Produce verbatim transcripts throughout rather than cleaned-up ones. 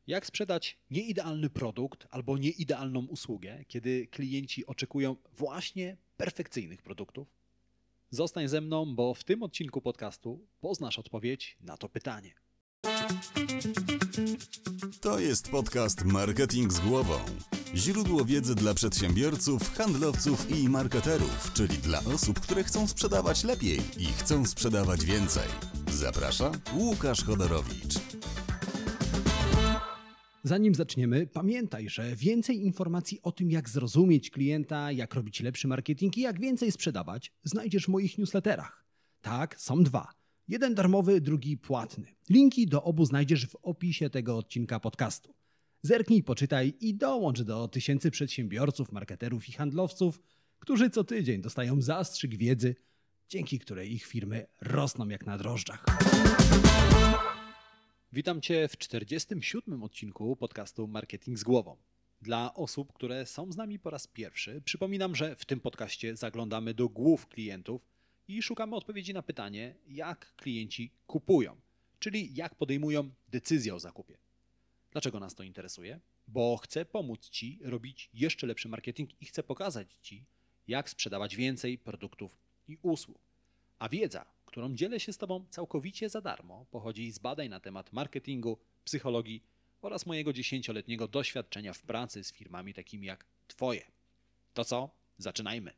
Jak sprzedać nieidealny produkt albo nieidealną usługę, kiedy klienci oczekują właśnie perfekcyjnych produktów? Zostań ze mną, bo w tym odcinku podcastu poznasz odpowiedź na to pytanie. To jest podcast Marketing z głową. Źródło wiedzy dla przedsiębiorców, handlowców i marketerów, czyli dla osób, które chcą sprzedawać lepiej i chcą sprzedawać więcej. Zaprasza Łukasz Chodorowicz. Zanim zaczniemy, pamiętaj, że więcej informacji o tym, jak zrozumieć klienta, jak robić lepszy marketing i jak więcej sprzedawać, znajdziesz w moich newsletterach. Tak, są dwa. Jeden darmowy, drugi płatny. Linki do obu znajdziesz w opisie tego odcinka podcastu. Zerknij, poczytaj i dołącz do tysięcy przedsiębiorców, marketerów i handlowców, którzy co tydzień dostają zastrzyk wiedzy, dzięki której ich firmy rosną jak na drożdżach. Witam Cię w czterdziestym siódmym odcinku podcastu Marketing z głową. Dla osób, które są z nami po raz pierwszy, przypominam, że w tym podcaście zaglądamy do głów klientów i szukamy odpowiedzi na pytanie, jak klienci kupują, czyli jak podejmują decyzję o zakupie. Dlaczego nas to interesuje? Bo chcę pomóc Ci robić jeszcze lepszy marketing i chcę pokazać Ci, jak sprzedawać więcej produktów i usług. A wiedza, którą dzielę się z Tobą całkowicie za darmo, pochodzi z badań na temat marketingu, psychologii oraz mojego dziesięcioletniego doświadczenia w pracy z firmami takimi jak Twoje. To co? Zaczynajmy!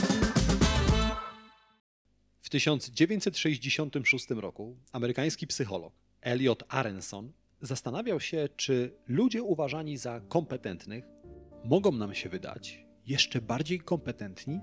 W tysiąc dziewięćset sześćdziesiątym szóstym roku amerykański psycholog Elliot Aronson zastanawiał się, czy ludzie uważani za kompetentnych mogą nam się wydać jeszcze bardziej kompetentni.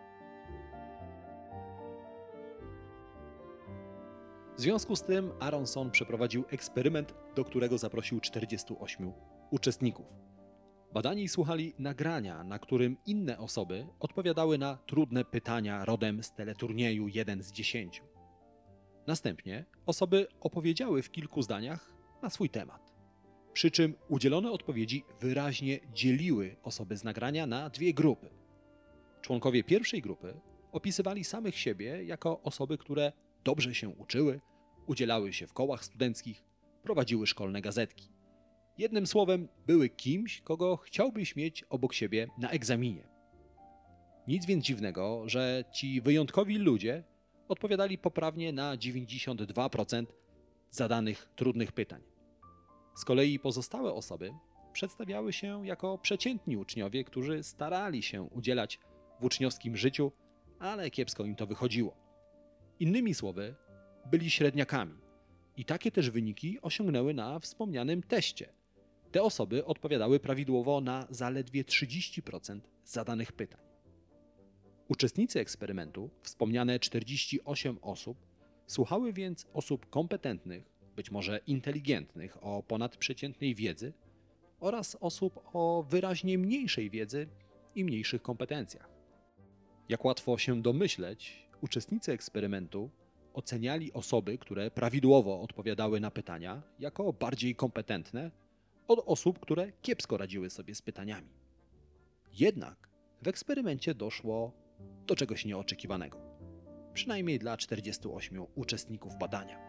W związku z tym Aronson przeprowadził eksperyment, do którego zaprosił czterdziestu ośmiu uczestników. Badani słuchali nagrania, na którym inne osoby odpowiadały na trudne pytania rodem z teleturnieju jeden z dziesięciu. Następnie osoby opowiedziały w kilku zdaniach na swój temat. Przy czym udzielone odpowiedzi wyraźnie dzieliły osoby z nagrania na dwie grupy. Członkowie pierwszej grupy opisywali samych siebie jako osoby, które dobrze się uczyły, udzielały się w kołach studenckich, prowadziły szkolne gazetki. Jednym słowem, były kimś, kogo chciałbyś mieć obok siebie na egzaminie. Nic więc dziwnego, że ci wyjątkowi ludzie odpowiadali poprawnie na dziewięćdziesiąt dwa procent zadanych trudnych pytań. Z kolei pozostałe osoby przedstawiały się jako przeciętni uczniowie, którzy starali się udzielać w uczniowskim życiu, ale kiepsko im to wychodziło. Innymi słowy, byli średniakami i takie też wyniki osiągnęły na wspomnianym teście. Te osoby odpowiadały prawidłowo na zaledwie trzydzieści procent zadanych pytań. Uczestnicy eksperymentu, wspomniane czterdzieści osiem osób, słuchały więc osób kompetentnych, być może inteligentnych, o ponadprzeciętnej wiedzy oraz osób o wyraźnie mniejszej wiedzy i mniejszych kompetencjach. Jak łatwo się domyśleć, uczestnicy eksperymentu oceniali osoby, które prawidłowo odpowiadały na pytania, jako bardziej kompetentne od osób, które kiepsko radziły sobie z pytaniami. Jednak w eksperymencie doszło do czegoś nieoczekiwanego. Przynajmniej dla czterdziestu ośmiu uczestników badania.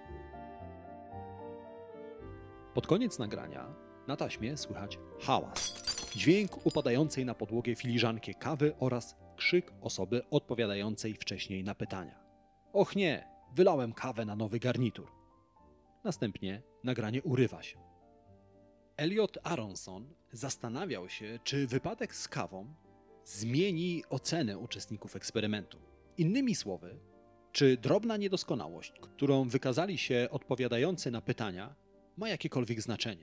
Pod koniec nagrania na taśmie słychać hałas, dźwięk upadającej na podłogę filiżanki kawy oraz krzyk osoby odpowiadającej wcześniej na pytania. Och nie, wylałem kawę na nowy garnitur. Następnie nagranie urywa się. Elliot Aronson zastanawiał się, czy wypadek z kawą zmieni ocenę uczestników eksperymentu. Innymi słowy, czy drobna niedoskonałość, którą wykazali się odpowiadający na pytania, ma jakiekolwiek znaczenie.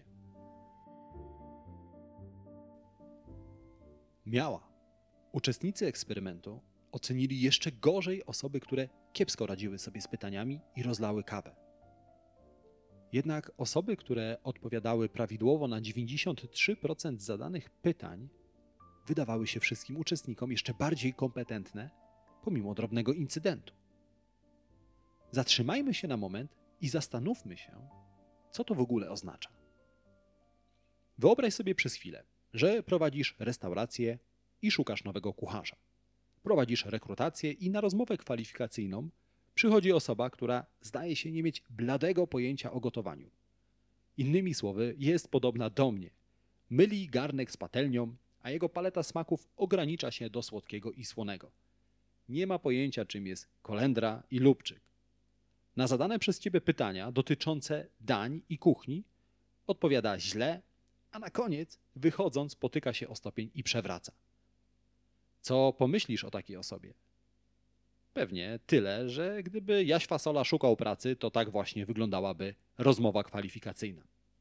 Miała. Uczestnicy eksperymentu ocenili jeszcze gorzej osoby, które kiepsko radziły sobie z pytaniami i rozlały kawę. Jednak osoby, które odpowiadały prawidłowo na dziewięćdziesiąt trzy procent zadanych pytań, wydawały się wszystkim uczestnikom jeszcze bardziej kompetentne, pomimo drobnego incydentu. Zatrzymajmy się na moment i zastanówmy się, co to w ogóle oznacza. Wyobraź sobie przez chwilę, że prowadzisz restaurację i szukasz nowego kucharza. Prowadzisz rekrutację i na rozmowę kwalifikacyjną przychodzi osoba, która zdaje się nie mieć bladego pojęcia o gotowaniu. Innymi słowy, jest podobna do mnie. Myli garnek z patelnią, a jego paleta smaków ogranicza się do słodkiego i słonego. Nie ma pojęcia, czym jest kolendra i lubczyk. Na zadane przez ciebie pytania dotyczące dań i kuchni odpowiada źle, a na koniec, wychodząc, potyka się o stopień i przewraca. Co pomyślisz o takiej osobie? Pewnie tyle, że gdyby Jaś Fasola szukał pracy, to tak właśnie wyglądałaby rozmowa kwalifikacyjna.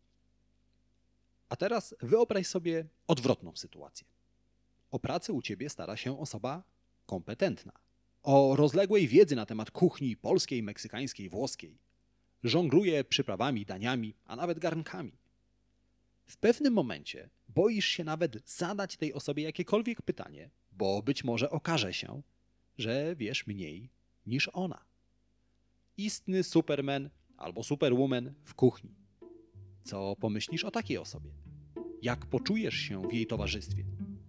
A teraz wyobraź sobie odwrotną sytuację. O pracę u ciebie stara się osoba kompetentna. O rozległej wiedzy na temat kuchni polskiej, meksykańskiej, włoskiej. Żongluje przyprawami, daniami, a nawet garnkami. W pewnym momencie boisz się nawet zadać tej osobie jakiekolwiek pytanie, bo być może okaże się, że wiesz mniej niż ona. Istny superman albo superwoman w kuchni. Co pomyślisz o takiej osobie? Jak poczujesz się w jej towarzystwie?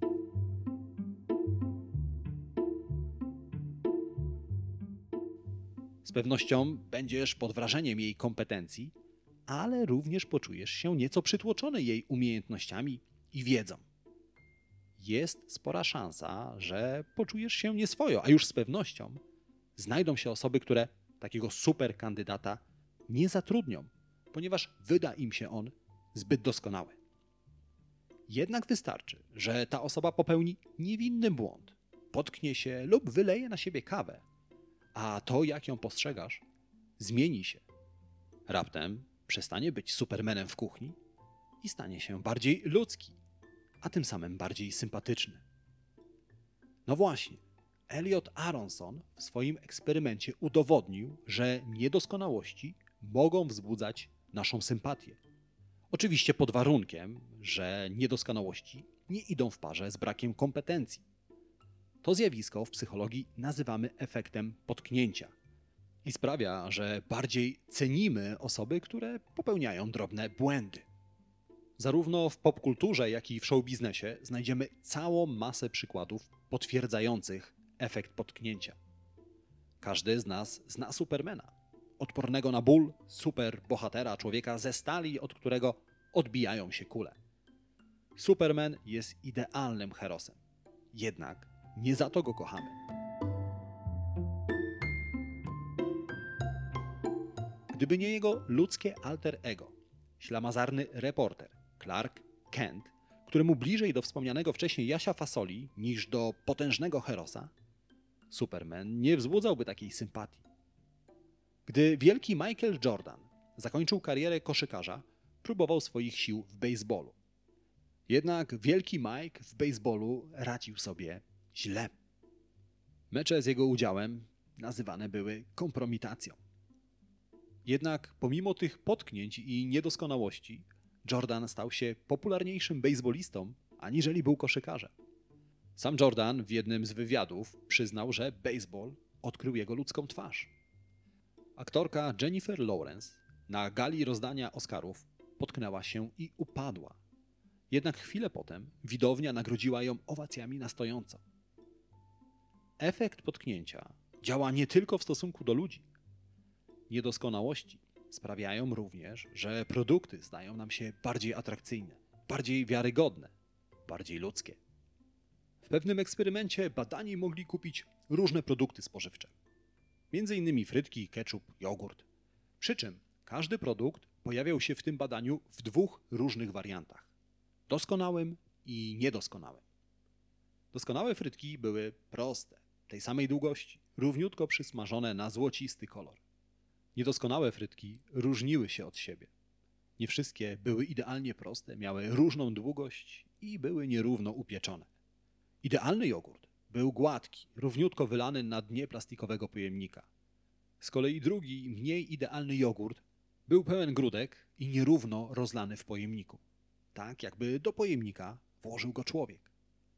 Z pewnością będziesz pod wrażeniem jej kompetencji, ale również poczujesz się nieco przytłoczony jej umiejętnościami i wiedzą. Jest spora szansa, że poczujesz się nieswojo, a już z pewnością znajdą się osoby, które takiego super kandydata nie zatrudnią, ponieważ wyda im się on zbyt doskonały. Jednak wystarczy, że ta osoba popełni niewinny błąd, potknie się lub wyleje na siebie kawę, a to, jak ją postrzegasz, zmieni się. Raptem przestanie być supermanem w kuchni i stanie się bardziej ludzki, a tym samym bardziej sympatyczny. No właśnie, Elliot Aronson w swoim eksperymencie udowodnił, że niedoskonałości mogą wzbudzać naszą sympatię. Oczywiście pod warunkiem, że niedoskonałości nie idą w parze z brakiem kompetencji. To zjawisko w psychologii nazywamy efektem potknięcia i sprawia, że bardziej cenimy osoby, które popełniają drobne błędy. Zarówno w popkulturze, jak i w showbiznesie znajdziemy całą masę przykładów potwierdzających efekt potknięcia. Każdy z nas zna Supermana. Odpornego na ból, super bohatera, człowieka ze stali, od którego odbijają się kule. Superman jest idealnym herosem. Jednak nie za to go kochamy. Gdyby nie jego ludzkie alter ego, ślamazarny reporter Clark Kent, któremu bliżej do wspomnianego wcześniej Jasia Fasoli niż do potężnego herosa, Superman nie wzbudzałby takiej sympatii. Gdy wielki Michael Jordan zakończył karierę koszykarza, próbował swoich sił w bejsbolu. Jednak wielki Mike w bejsbolu radził sobie źle. Mecze z jego udziałem nazywane były kompromitacją. Jednak pomimo tych potknięć i niedoskonałości, Jordan stał się popularniejszym bejsbolistą, aniżeli był koszykarzem. Sam Jordan w jednym z wywiadów przyznał, że bejsbol odkrył jego ludzką twarz. Aktorka Jennifer Lawrence na gali rozdania Oscarów potknęła się i upadła. Jednak chwilę potem widownia nagrodziła ją owacjami na stojąco. Efekt potknięcia działa nie tylko w stosunku do ludzi. Niedoskonałości sprawiają również, że produkty zdają nam się bardziej atrakcyjne, bardziej wiarygodne, bardziej ludzkie. W pewnym eksperymencie badani mogli kupić różne produkty spożywcze. Między innymi frytki, ketchup, jogurt. Przy czym każdy produkt pojawiał się w tym badaniu w dwóch różnych wariantach. Doskonałym i niedoskonałym. Doskonałe frytki były proste, tej samej długości, równiutko przysmażone na złocisty kolor. Niedoskonałe frytki różniły się od siebie. Nie wszystkie były idealnie proste, miały różną długość i były nierówno upieczone. Idealny jogurt był gładki, równiutko wylany na dnie plastikowego pojemnika. Z kolei drugi, mniej idealny jogurt był pełen grudek i nierówno rozlany w pojemniku. Tak, jakby do pojemnika włożył go człowiek.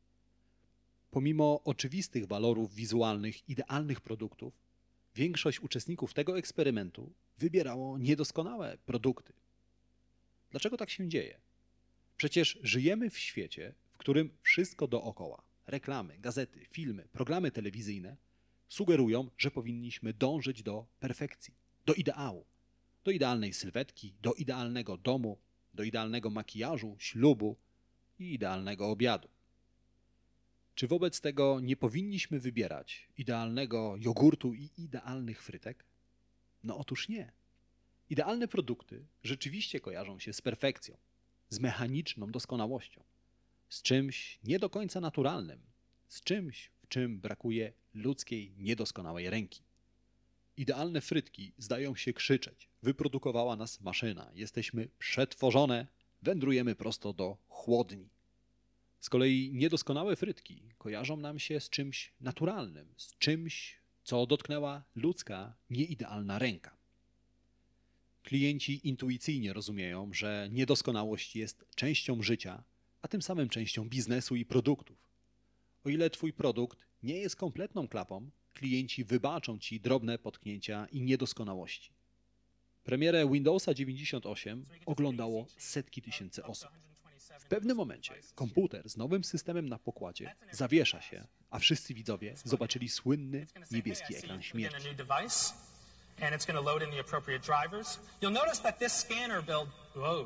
Pomimo oczywistych walorów wizualnych idealnych produktów, większość uczestników tego eksperymentu wybierało niedoskonałe produkty. Dlaczego tak się dzieje? Przecież żyjemy w świecie, w którym wszystko dookoła, reklamy, gazety, filmy, programy telewizyjne sugerują, że powinniśmy dążyć do perfekcji, do ideału. Do idealnej sylwetki, do idealnego domu, do idealnego makijażu, ślubu i idealnego obiadu. Czy wobec tego nie powinniśmy wybierać idealnego jogurtu i idealnych frytek? No otóż nie. Idealne produkty rzeczywiście kojarzą się z perfekcją, z mechaniczną doskonałością, z czymś nie do końca naturalnym, z czymś, w czym brakuje ludzkiej, niedoskonałej ręki. Idealne frytki zdają się krzyczeć, wyprodukowała nas maszyna, jesteśmy przetworzone, wędrujemy prosto do chłodni. Z kolei niedoskonałe frytki kojarzą nam się z czymś naturalnym, z czymś, co dotknęła ludzka, nieidealna ręka. Klienci intuicyjnie rozumieją, że niedoskonałość jest częścią życia, a tym samym częścią biznesu i produktów. O ile Twój produkt nie jest kompletną klapą, klienci wybaczą Ci drobne potknięcia i niedoskonałości. Premierę Windowsa dziewięćdziesiąt osiem oglądało setki tysięcy osób. W pewnym momencie komputer z nowym systemem na pokładzie zawiesza się, a wszyscy widzowie zobaczyli słynny niebieski ekran śmierci. And it's going to load in the appropriate drivers. You'll notice that this scanner build, whoa.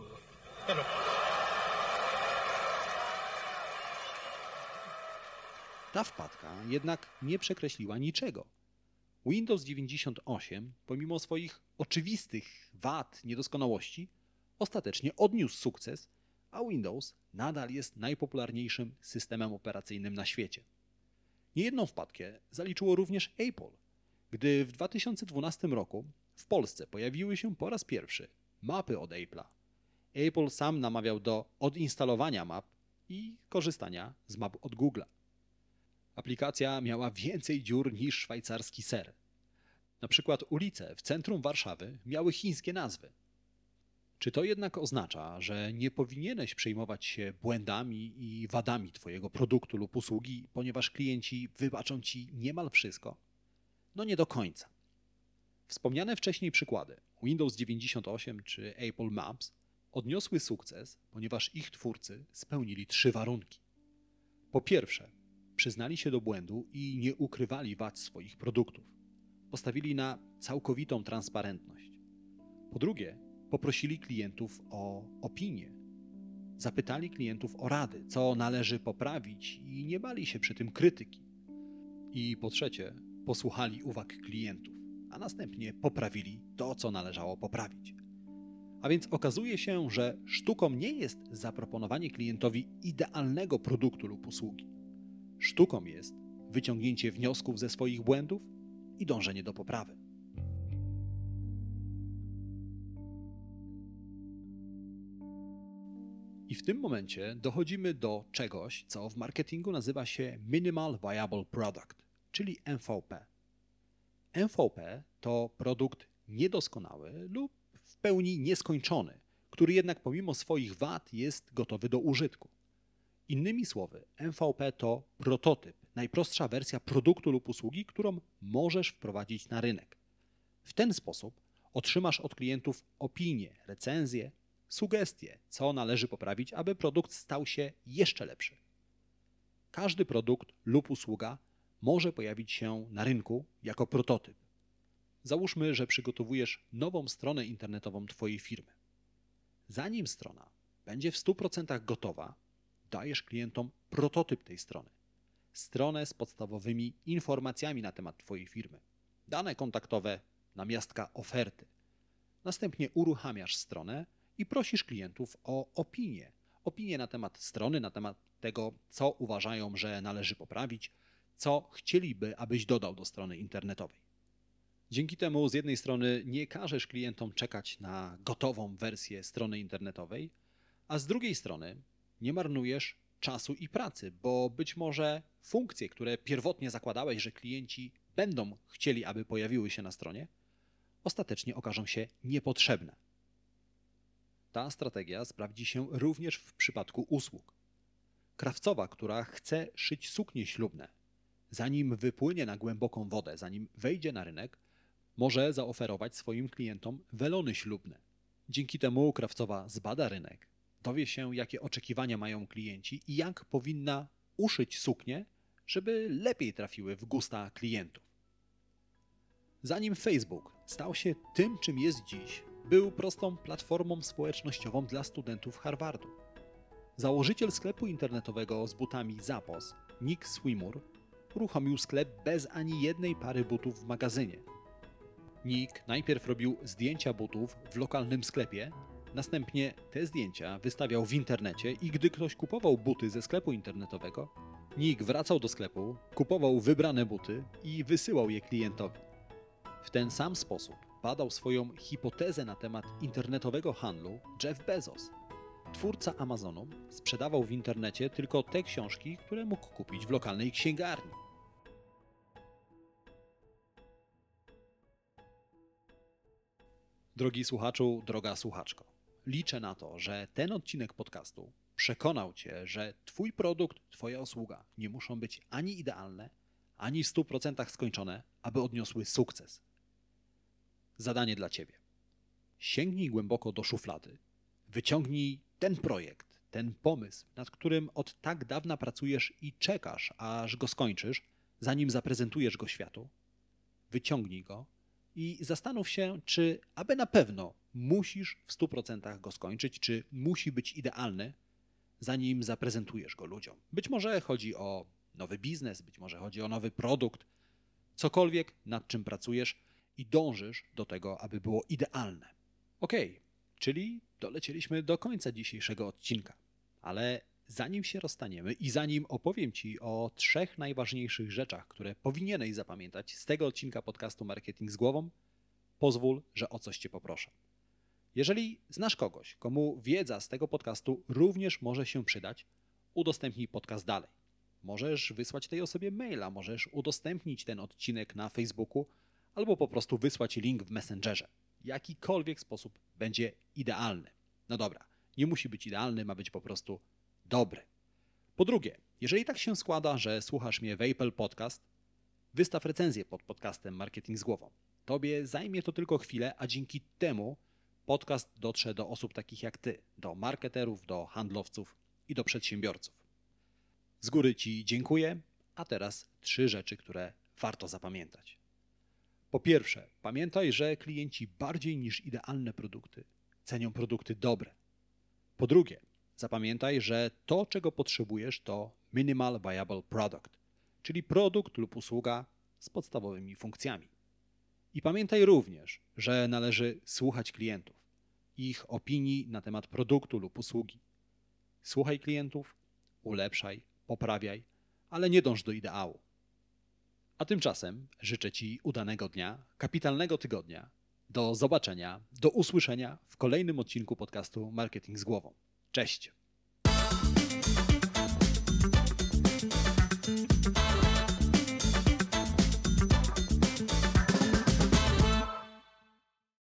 Ta wpadka jednak nie przekreśliła niczego. Windows dziewięćdziesiąt osiem, pomimo swoich oczywistych wad, niedoskonałości, ostatecznie odniósł sukces, a Windows nadal jest najpopularniejszym systemem operacyjnym na świecie. Niejedną wpadkę zaliczyło również Apple, gdy w dwa tysiące dwunastym roku w Polsce pojawiły się po raz pierwszy mapy od Apple'a. Apple sam namawiał do odinstalowania map i korzystania z map od Google'a. Aplikacja miała więcej dziur niż szwajcarski ser. Na przykład ulice w centrum Warszawy miały chińskie nazwy. Czy to jednak oznacza, że nie powinieneś przejmować się błędami i wadami Twojego produktu lub usługi, ponieważ klienci wybaczą Ci niemal wszystko? No nie do końca. Wspomniane wcześniej przykłady Windows dziewięćdziesiąt osiem czy Apple Maps odniosły sukces, ponieważ ich twórcy spełnili trzy warunki. Po pierwsze, przyznali się do błędu i nie ukrywali wad swoich produktów. Postawili na całkowitą transparentność. Po drugie, poprosili klientów o opinię. Zapytali klientów o rady, co należy poprawić i nie bali się przy tym krytyki. I po trzecie, posłuchali uwag klientów, a następnie poprawili to, co należało poprawić. A więc okazuje się, że sztuką nie jest zaproponowanie klientowi idealnego produktu lub usługi. Sztuką jest wyciągnięcie wniosków ze swoich błędów i dążenie do poprawy. I w tym momencie dochodzimy do czegoś, co w marketingu nazywa się Minimal Viable Product, czyli M V P. M V P to produkt niedoskonały lub w pełni nieskończony, który jednak pomimo swoich wad jest gotowy do użytku. Innymi słowy, M V P to prototyp, najprostsza wersja produktu lub usługi, którą możesz wprowadzić na rynek. W ten sposób otrzymasz od klientów opinie, recenzje, sugestie, co należy poprawić, aby produkt stał się jeszcze lepszy. Każdy produkt lub usługa może pojawić się na rynku jako prototyp. Załóżmy, że przygotowujesz nową stronę internetową Twojej firmy. Zanim strona będzie w stu procentach gotowa, dajesz klientom prototyp tej strony. Stronę z podstawowymi informacjami na temat Twojej firmy. Dane kontaktowe, namiastka oferty. Następnie uruchamiasz stronę i prosisz klientów o opinię. Opinię na temat strony, na temat tego, co uważają, że należy poprawić, co chcieliby, abyś dodał do strony internetowej. Dzięki temu z jednej strony nie każesz klientom czekać na gotową wersję strony internetowej, a z drugiej strony nie marnujesz czasu i pracy, bo być może funkcje, które pierwotnie zakładałeś, że klienci będą chcieli, aby pojawiły się na stronie, ostatecznie okażą się niepotrzebne. Ta strategia sprawdzi się również w przypadku usług. Krawcowa, która chce szyć suknie ślubne, zanim wypłynie na głęboką wodę, zanim wejdzie na rynek, może zaoferować swoim klientom welony ślubne. Dzięki temu krawcowa zbada rynek, dowie się, jakie oczekiwania mają klienci i jak powinna uszyć suknie, żeby lepiej trafiły w gusta klientów. Zanim Facebook stał się tym, czym jest dziś, był prostą platformą społecznościową dla studentów Harvardu. Założyciel sklepu internetowego z butami Zappos, Nick Swimur, uruchomił sklep bez ani jednej pary butów w magazynie. Nick najpierw robił zdjęcia butów w lokalnym sklepie, następnie te zdjęcia wystawiał w internecie i gdy ktoś kupował buty ze sklepu internetowego, Nick wracał do sklepu, kupował wybrane buty i wysyłał je klientowi. W ten sam sposób badał swoją hipotezę na temat internetowego handlu Jeff Bezos. Twórca Amazonu sprzedawał w internecie tylko te książki, które mógł kupić w lokalnej księgarni. Drogi słuchaczu, droga słuchaczko, liczę na to, że ten odcinek podcastu przekonał Cię, że Twój produkt, Twoja usługa nie muszą być ani idealne, ani w stu procentach skończone, aby odniosły sukces. Zadanie dla Ciebie. Sięgnij głęboko do szuflady, wyciągnij ten projekt, ten pomysł, nad którym od tak dawna pracujesz i czekasz, aż go skończysz, zanim zaprezentujesz go światu. Wyciągnij go i zastanów się, czy aby na pewno musisz w stu procentach go skończyć, czy musi być idealny, zanim zaprezentujesz go ludziom. Być może chodzi o nowy biznes, być może chodzi o nowy produkt, cokolwiek nad czym pracujesz i dążysz do tego, aby było idealne. Okej, czyli dolecieliśmy do końca dzisiejszego odcinka, ale zanim się rozstaniemy i zanim opowiem Ci o trzech najważniejszych rzeczach, które powinieneś zapamiętać z tego odcinka podcastu Marketing z Głową, pozwól, że o coś Cię poproszę. Jeżeli znasz kogoś, komu wiedza z tego podcastu również może się przydać, udostępnij podcast dalej. Możesz wysłać tej osobie maila, możesz udostępnić ten odcinek na Facebooku albo po prostu wysłać link w Messengerze. Jakikolwiek sposób będzie idealny. No dobra, nie musi być idealny, ma być po prostu dobry. Po drugie, jeżeli tak się składa, że słuchasz mnie w Apple Podcast, wystaw recenzję pod podcastem Marketing z Głową. Tobie zajmie to tylko chwilę, a dzięki temu podcast dotrze do osób takich jak Ty, do marketerów, do handlowców i do przedsiębiorców. Z góry Ci dziękuję, a teraz trzy rzeczy, które warto zapamiętać. Po pierwsze, pamiętaj, że klienci bardziej niż idealne produkty cenią produkty dobre. Po drugie, zapamiętaj, że to, czego potrzebujesz, to Minimal Viable Product, czyli produkt lub usługa z podstawowymi funkcjami. I pamiętaj również, że należy słuchać klientów, ich opinii na temat produktu lub usługi. Słuchaj klientów, ulepszaj, poprawiaj, ale nie dąż do ideału. A tymczasem życzę Ci udanego dnia, kapitalnego tygodnia. Do zobaczenia, do usłyszenia w kolejnym odcinku podcastu Marketing z Głową. Cześć!